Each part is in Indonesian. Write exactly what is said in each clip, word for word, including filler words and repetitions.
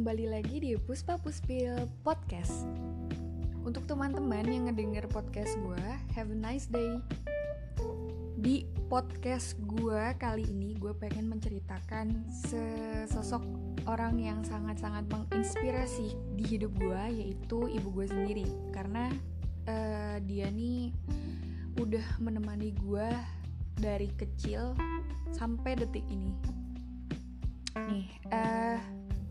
kembali lagi di Puspa Puspil Podcast. Untuk teman-teman yang ngedenger podcast gue, have a nice day. Di podcast gue kali ini, gue pengen menceritakan sesosok orang yang sangat-sangat menginspirasi di hidup gue, yaitu ibu gue sendiri. Karena uh, dia nih udah menemani gue dari kecil sampai detik ini. Nih, uh,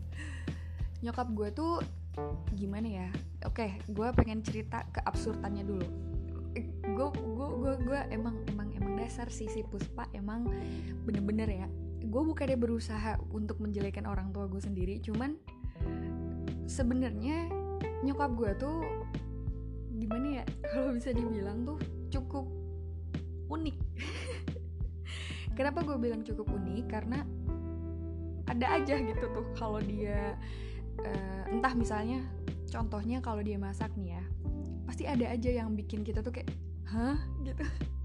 nyokap gue tuh gimana ya? Oke, gue pengen cerita keabsurdannya dulu. Gue gue gue gue emang emang emang dasar sih si Puspa emang bener-bener ya. Gue bukannya berusaha untuk menjelekan orang tua gue sendiri, cuman sebenarnya nyokap gue tuh gimana ya? Kalau bisa dibilang tuh cukup unik. Kenapa gue bilang cukup unik? Karena ada aja gitu tuh kalau dia uh, entah misalnya contohnya kalau dia masak nih ya, pasti ada aja yang bikin kita tuh kayak hah gitu.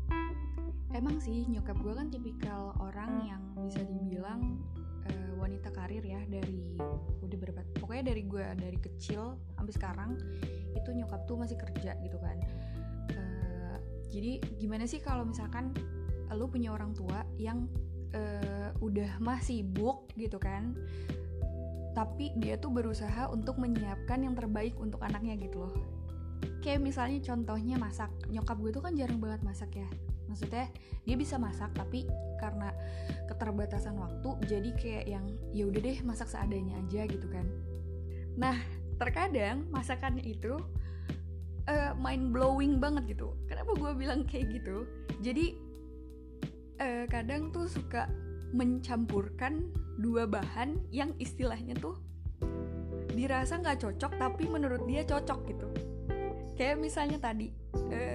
Emang sih nyokap gue kan tipikal orang yang bisa dibilang uh, wanita karir ya, dari udah berapa pokoknya dari gue dari kecil sampai sekarang itu nyokap tuh masih kerja gitu kan. Uh, jadi gimana sih kalau misalkan lu punya orang tua yang Uh, udah mah sibuk gitu kan, tapi dia tuh berusaha untuk menyiapkan yang terbaik untuk anaknya gitu loh. Kayak misalnya contohnya masak, nyokap gue tuh kan jarang banget masak ya. Maksudnya dia bisa masak tapi karena keterbatasan waktu jadi kayak yang ya udah deh masak seadanya aja gitu kan. Nah terkadang masakannya itu uh, mind blowing banget gitu. Kenapa gue bilang kayak gitu? Jadi Uh, kadang tuh suka mencampurkan dua bahan yang istilahnya tuh dirasa nggak cocok tapi menurut dia cocok gitu. Kayak misalnya tadi uh,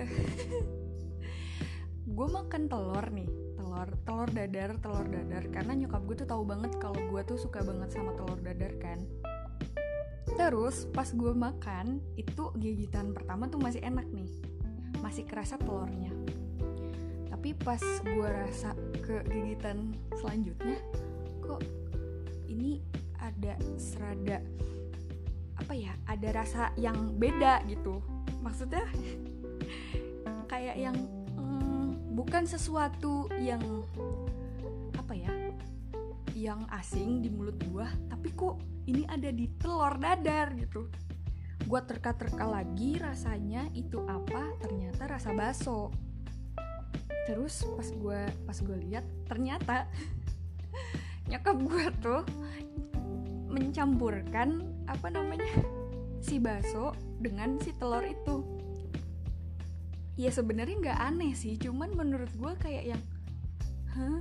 gue makan telur nih, telur telur dadar telur dadar karena nyokap gue tuh tahu banget kalau gue tuh suka banget sama telur dadar kan. Terus pas gue makan itu gigitan pertama tuh masih enak nih, masih kerasa telurnya. Tapi pas gue rasa ke gigitan selanjutnya, kok ini ada serada apa ya, ada rasa yang beda gitu. Maksudnya kayak yang hmm, bukan sesuatu yang apa ya, yang asing di mulut gue, tapi kok ini ada di telur dadar gitu. Gue terka-terka lagi rasanya itu apa, ternyata rasa bakso. Terus pas gue pas gue lihat ternyata nyokap gue tuh mencampurkan apa namanya si bakso dengan si telur itu. Ya sebenarnya nggak aneh sih, cuman menurut gue kayak yang hah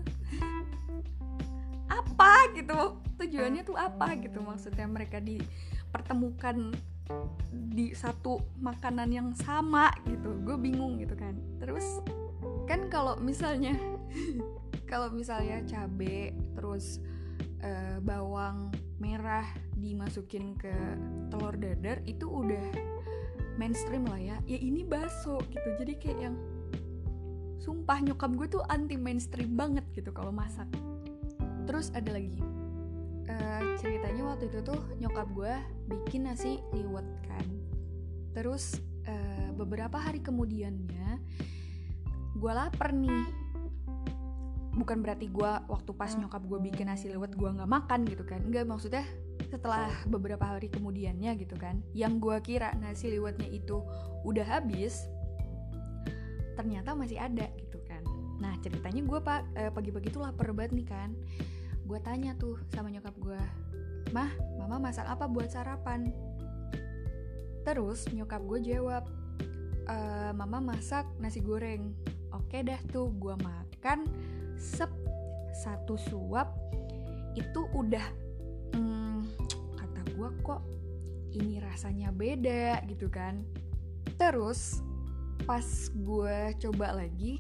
apa gitu, tujuannya tuh apa gitu, maksudnya mereka dipertemukan di satu makanan yang sama gitu. Gue bingung gitu kan. Terus kan kalau misalnya kalau misalnya cabe terus uh, bawang merah dimasukin ke telur dadar itu udah mainstream lah ya. Ya ini bakso gitu. Jadi kayak yang sumpah nyokap gue tuh anti mainstream banget gitu kalau masak. Terus ada lagi uh, ceritanya waktu itu tuh nyokap gue bikin nasi liwet kan. Terus uh, beberapa hari kemudiannya gue lapar nih. Bukan berarti gue waktu pas nyokap gue bikin nasi liwet gue gak makan gitu kan. Enggak, maksudnya setelah beberapa hari kemudiannya gitu kan, yang gue kira nasi liwetnya itu udah habis, ternyata masih ada gitu kan. Nah ceritanya gue pak eh, pagi-pagi tuh lapar banget nih kan. Gue tanya tuh sama nyokap gue, "Mah, mama masak apa buat sarapan?" Terus nyokap gue jawab, e, "Mama masak nasi goreng." Oke dah tuh gue makan sep satu suap itu udah hmm, kata gue kok ini rasanya beda gitu kan. Terus pas gue coba lagi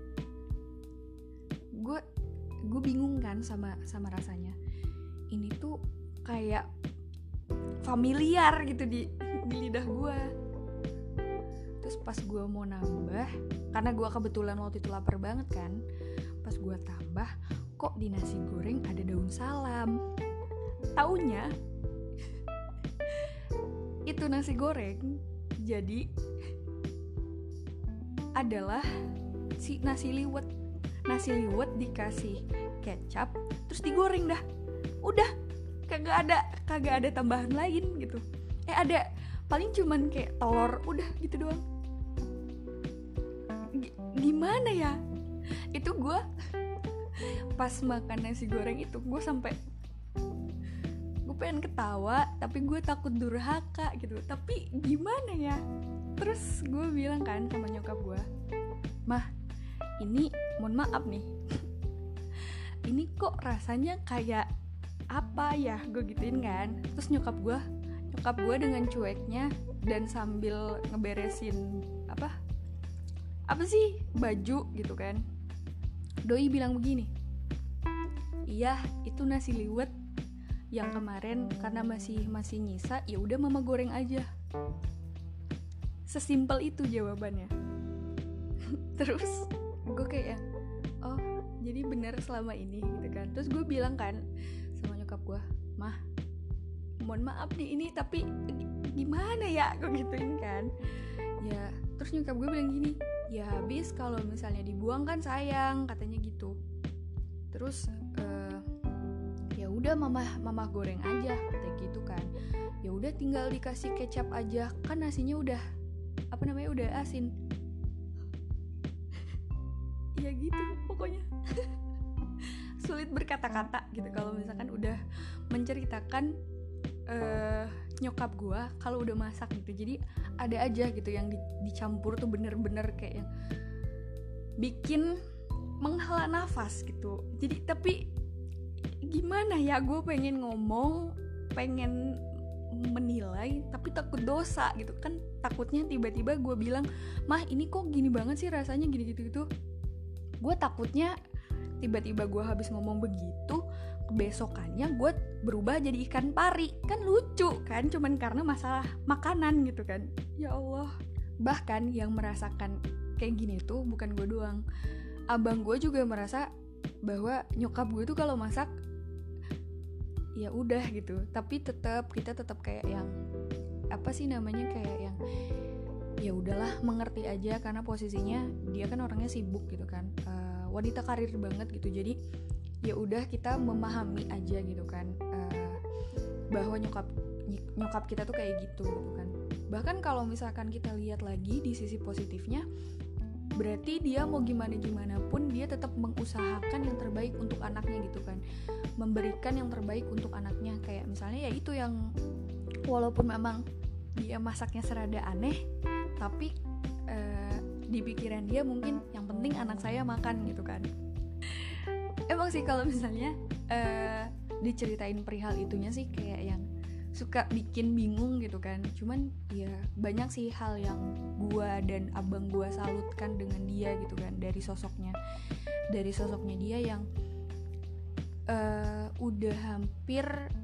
gue gue bingung kan sama sama rasanya. Ini tuh kayak familiar gitu di di lidah gue. Terus pas gue mau nambah, karena gue kebetulan waktu itu lapar banget kan, pas gue tambah, kok di nasi goreng ada daun salam. Taunya itu nasi goreng jadi adalah si nasi liwet. Nasi liwet dikasih kecap terus digoreng dah. Udah, kagak ada kagak ada tambahan lain gitu. Eh ada, paling cuman kayak telur, udah gitu doang. G- gimana ya? Itu gue pas makan nasi goreng itu gue sampai gue pengen ketawa tapi gue takut durhaka gitu. Tapi gimana ya? Terus gue bilang kan sama nyokap gue, "Mah, ini mohon maaf nih, ini kok rasanya kayak apa ya?" Gue gituin kan. Terus nyokap gue nyokap gue dengan cueknya dan sambil ngeberesin apa apa sih baju gitu kan, doi bilang begini, "Iya, itu nasi liwet yang kemarin karena masih masih nyisa, ya udah mama goreng aja." Sesimpel itu jawabannya. Terus gue kayak, oh jadi benar selama ini gitu kan. Terus gue bilang kan sama nyokap gue, "Mah, mohon maaf nih ini tapi gimana ya?" Gue gituin kan. Ya terus nyokap gue bilang gini, "Ya habis kalau misalnya dibuang kan sayang," katanya gitu. Terus uh, ya udah mama mama goreng aja katanya gitu kan. Ya udah tinggal dikasih kecap aja kan nasinya udah apa namanya udah asin. Ya gitu pokoknya. Sulit berkata-kata gitu kalau misalkan udah menceritakan uh, nyokap gue kalau udah masak gitu. Jadi ada aja gitu yang di, dicampur tuh bener-bener kayak yang bikin menghela nafas gitu. Jadi tapi gimana ya, gue pengen ngomong, pengen menilai tapi takut dosa gitu kan. Takutnya tiba-tiba gue bilang, "Mah ini kok gini banget sih rasanya gini gitu gitu." Gue takutnya tiba-tiba gue habis ngomong begitu, besokannya gue berubah jadi ikan pari. Kan lucu kan, cuman karena masalah makanan gitu kan. Ya Allah. Bahkan yang merasakan kayak gini tuh bukan gue doang. Abang gue juga merasa bahwa nyokap gue tuh kalau masak ya udah gitu. Tapi tetap kita tetap kayak yang apa sih namanya, kayak yang ya udahlah mengerti aja karena posisinya dia kan orangnya sibuk gitu kan, uh, wanita karir banget gitu. Jadi ya udah kita memahami aja gitu kan, uh, bahwa nyokap nyokap kita tuh kayak gitu gitu kan. Bahkan kalau misalkan kita lihat lagi di sisi positifnya, berarti dia mau gimana-gimana pun dia tetap mengusahakan yang terbaik untuk anaknya gitu kan, memberikan yang terbaik untuk anaknya. Kayak misalnya ya itu yang walaupun memang dia masaknya serada aneh, tapi uh, di pikiran dia mungkin yang penting anak saya makan gitu kan. Emang sih kalau misalnya uh, diceritain perihal itunya sih kayak yang suka bikin bingung gitu kan. Cuman ya banyak sih hal yang gua dan abang gua salutkan dengan dia gitu kan, dari sosoknya dari sosoknya dia yang uh, udah hampir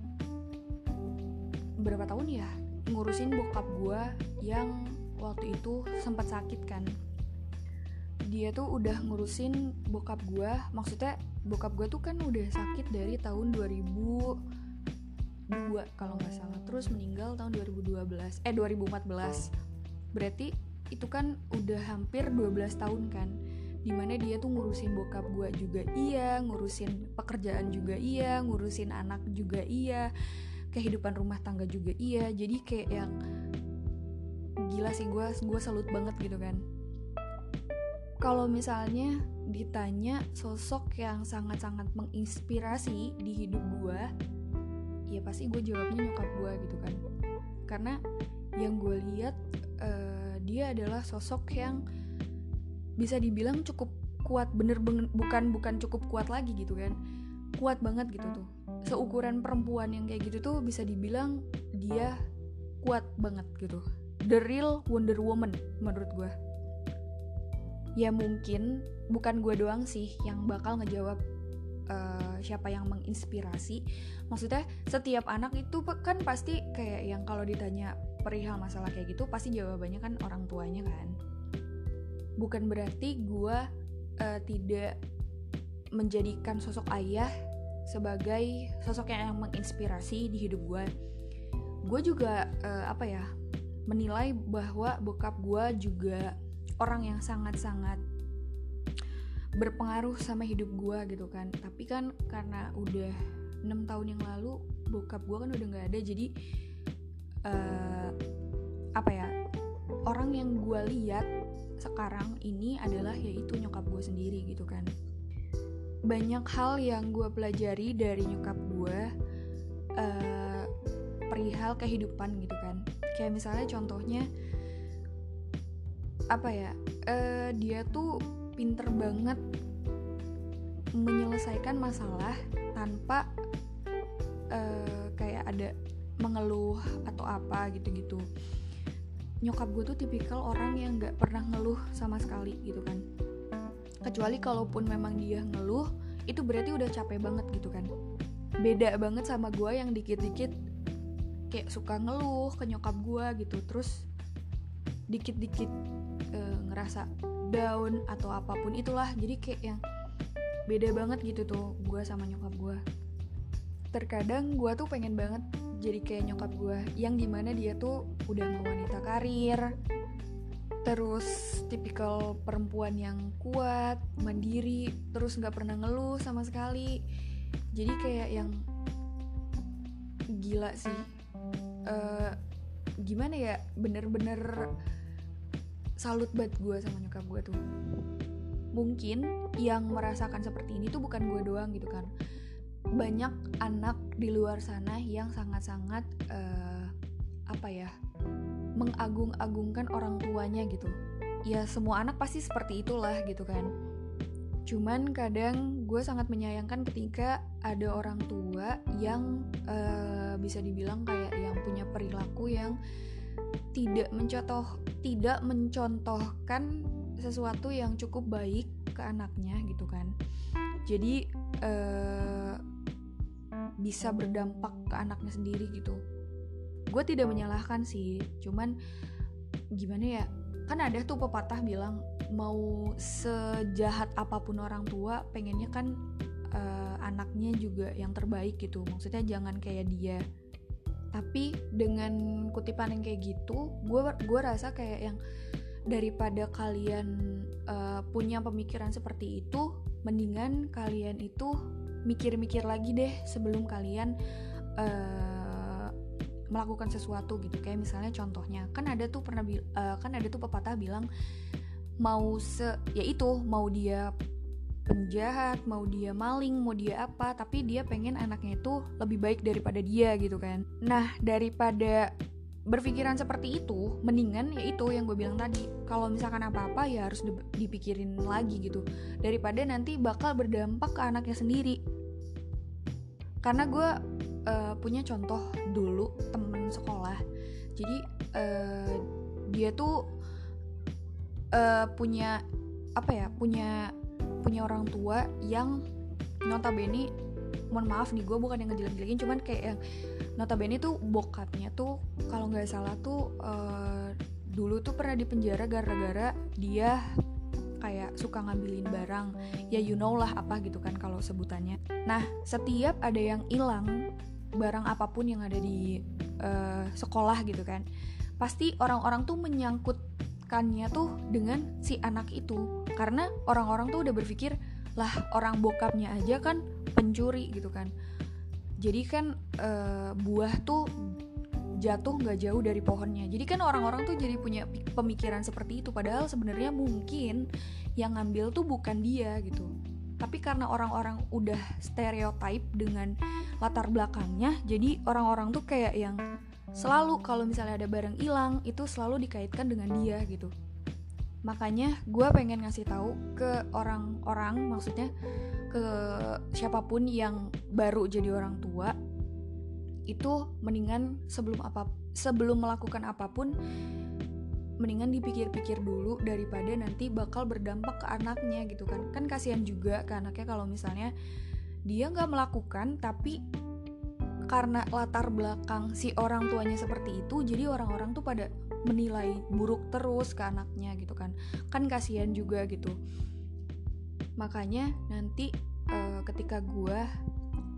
berapa tahun ya ngurusin bokap gue yang waktu itu sempat sakit kan. Dia tuh udah ngurusin bokap gue, maksudnya bokap gue tuh kan udah sakit dari tahun dua ribu dua kalau nggak salah, terus meninggal tahun dua ribu dua belas eh dua ribu empat belas. Berarti itu kan udah hampir dua belas tahun kan, dimana dia tuh ngurusin bokap gue juga iya, ngurusin pekerjaan juga iya, ngurusin anak juga iya, kehidupan rumah tangga juga iya. Jadi kayak yang gila sih, gue gue salut banget gitu kan. Kalau misalnya ditanya sosok yang sangat-sangat menginspirasi di hidup gue, ya pasti gue jawabnya nyokap gue gitu kan. Karena yang gue lihat uh, dia adalah sosok yang bisa dibilang cukup kuat, bener-bener bukan bukan cukup kuat lagi gitu kan, kuat banget gitu tuh. Seukuran perempuan yang kayak gitu tuh bisa dibilang dia kuat banget gitu. The real Wonder Woman menurut gue. Ya mungkin bukan gue doang sih yang bakal ngejawab uh, siapa yang menginspirasi. Maksudnya setiap anak itu kan pasti kayak yang kalau ditanya perihal masalah kayak gitu pasti jawabannya kan orang tuanya kan. Bukan berarti gue uh, tidak menjadikan sosok ayah sebagai sosok yang menginspirasi di hidup gue. gue juga uh, apa ya menilai bahwa bokap gue juga orang yang sangat-sangat berpengaruh sama hidup gue gitu kan. Tapi kan karena udah enam tahun yang lalu bokap gue kan udah nggak ada, jadi uh, apa ya orang yang gue lihat sekarang ini adalah yaitu nyokap gue sendiri gitu kan. Banyak hal yang gue pelajari dari nyokap gue uh, perihal kehidupan gitu kan. Kayak misalnya contohnya apa ya uh, dia tuh pinter banget menyelesaikan masalah tanpa uh, kayak ada mengeluh atau apa gitu-gitu. Nyokap gue tuh tipikal orang yang gak pernah ngeluh sama sekali gitu kan. Kecuali kalaupun memang dia ngeluh, itu berarti udah capek banget gitu kan. Beda banget sama gue yang dikit-dikit kayak suka ngeluh ke nyokap gue gitu. Terus dikit-dikit e, ngerasa down atau apapun itulah. Jadi kayak yang beda banget gitu tuh gue sama nyokap gue. Terkadang gue tuh pengen banget jadi kayak nyokap gue, yang dimana dia tuh udah mau wanita karir, terus tipikal perempuan yang kuat, mandiri, terus gak pernah ngeluh sama sekali. Jadi kayak yang gila sih, uh, gimana ya, bener-bener salut banget gue sama nyokap gue tuh. Mungkin yang merasakan seperti ini tuh bukan gue doang gitu kan. Banyak anak di luar sana yang sangat-sangat uh, apa ya mengagung-agungkan orang tuanya gitu. Ya semua anak pasti seperti itulah gitu kan. Cuman kadang gue sangat menyayangkan ketika ada orang tua yang uh, bisa dibilang kayak yang punya perilaku yang tidak mencontoh tidak mencontohkan sesuatu yang cukup baik ke anaknya gitu kan. Jadi uh, bisa berdampak ke anaknya sendiri gitu. Gue tidak menyalahkan sih, cuman gimana ya, kan ada tuh pepatah bilang mau sejahat apapun orang tua, pengennya kan uh, anaknya juga yang terbaik gitu. Maksudnya jangan kayak dia. Tapi dengan kutipan yang kayak gitu, gue gue rasa kayak yang daripada kalian uh, punya pemikiran seperti itu, mendingan kalian itu mikir-mikir lagi deh sebelum kalian uh, melakukan sesuatu gitu. Kayak misalnya contohnya kan ada tuh pernah uh, kan ada tuh pepatah bilang mau se ya itu mau dia penjahat, mau dia maling, mau dia apa, tapi dia pengen anaknya itu lebih baik daripada dia gitu kan. Nah daripada berpikiran seperti itu, mendingan ya itu yang gue bilang tadi, kalau misalkan apa-apa ya harus dipikirin lagi gitu, daripada nanti bakal berdampak ke anaknya sendiri. Karena gue uh, punya contoh dulu temen sekolah, jadi uh, dia tuh uh, punya apa ya, punya punya orang tua yang notabene, mohon maaf nih gue bukan yang ngejelek-jelekin, cuman kayak yang notabene tuh bokapnya tuh kalau nggak salah tuh uh, dulu tuh pernah dipenjara gara-gara dia kayak suka ngambilin barang, ya you know lah apa gitu kan kalau sebutannya. Nah setiap ada yang hilang barang apapun yang ada di uh, sekolah gitu kan, pasti orang-orang tuh menyangkutkannya tuh dengan si anak itu, karena orang-orang tuh udah berpikir lah orang bokapnya aja kan pencuri gitu kan. Jadi kan e, buah tuh jatuh gak jauh dari pohonnya. Jadi kan orang-orang tuh jadi punya pemikiran seperti itu. Padahal sebenarnya mungkin yang ngambil tuh bukan dia gitu. Tapi karena orang-orang udah stereotype dengan latar belakangnya, jadi orang-orang tuh kayak yang selalu kalau misalnya ada barang hilang itu selalu dikaitkan dengan dia gitu. Makanya gue pengen ngasih tahu ke orang-orang, maksudnya ke siapapun yang baru jadi orang tua, itu mendingan sebelum apa sebelum melakukan apapun, mendingan dipikir-pikir dulu daripada nanti bakal berdampak ke anaknya gitu kan. Kan kasihan juga ke anaknya kalau misalnya dia nggak melakukan, tapi karena latar belakang si orang tuanya seperti itu, jadi orang-orang tuh pada menilai buruk terus ke anaknya gitu kan. Kan kasihan juga gitu. Makanya nanti uh, ketika gue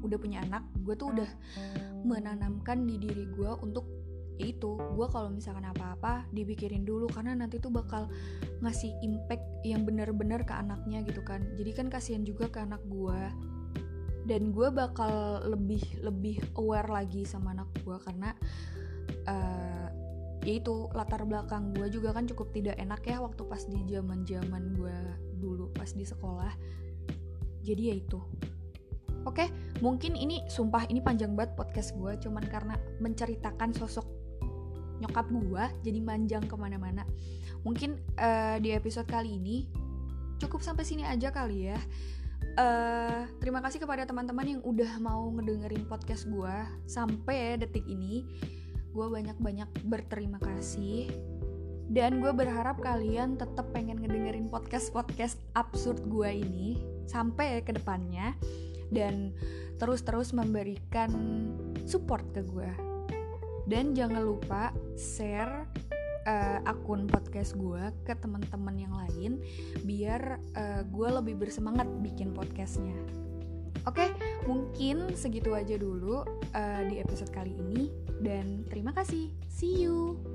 udah punya anak, gue tuh udah menanamkan di diri gue untuk yaitu gue kalau misalkan apa-apa dipikirin dulu, karena nanti tuh bakal ngasih impact yang benar-benar ke anaknya gitu kan. Jadi kan kasihan juga ke anak gue, dan gue bakal lebih lebih aware lagi sama anak gue karena uh, yaitu latar belakang gue juga kan cukup tidak enak ya waktu pas di zaman-zaman gue dulu pas di sekolah. Jadi ya itu. Oke, mungkin ini sumpah ini panjang banget podcast gue, cuman karena menceritakan sosok nyokap gue jadi manjang kemana-mana. Mungkin uh, di episode kali ini cukup sampai sini aja kali ya. Uh, terima kasih kepada teman-teman yang udah mau ngedengerin podcast gue sampai detik ini. Gue banyak-banyak berterima kasih. Dan gue berharap kalian tetap pengen ngedengerin podcast-podcast absurd gue ini sampai ke depannya, dan terus-terus memberikan support ke gue. Dan jangan lupa share uh, akun podcast gue ke teman-teman yang lain biar uh, gue lebih bersemangat bikin podcastnya. Oke, mungkin segitu aja dulu uh, di episode kali ini, dan terima kasih. See you.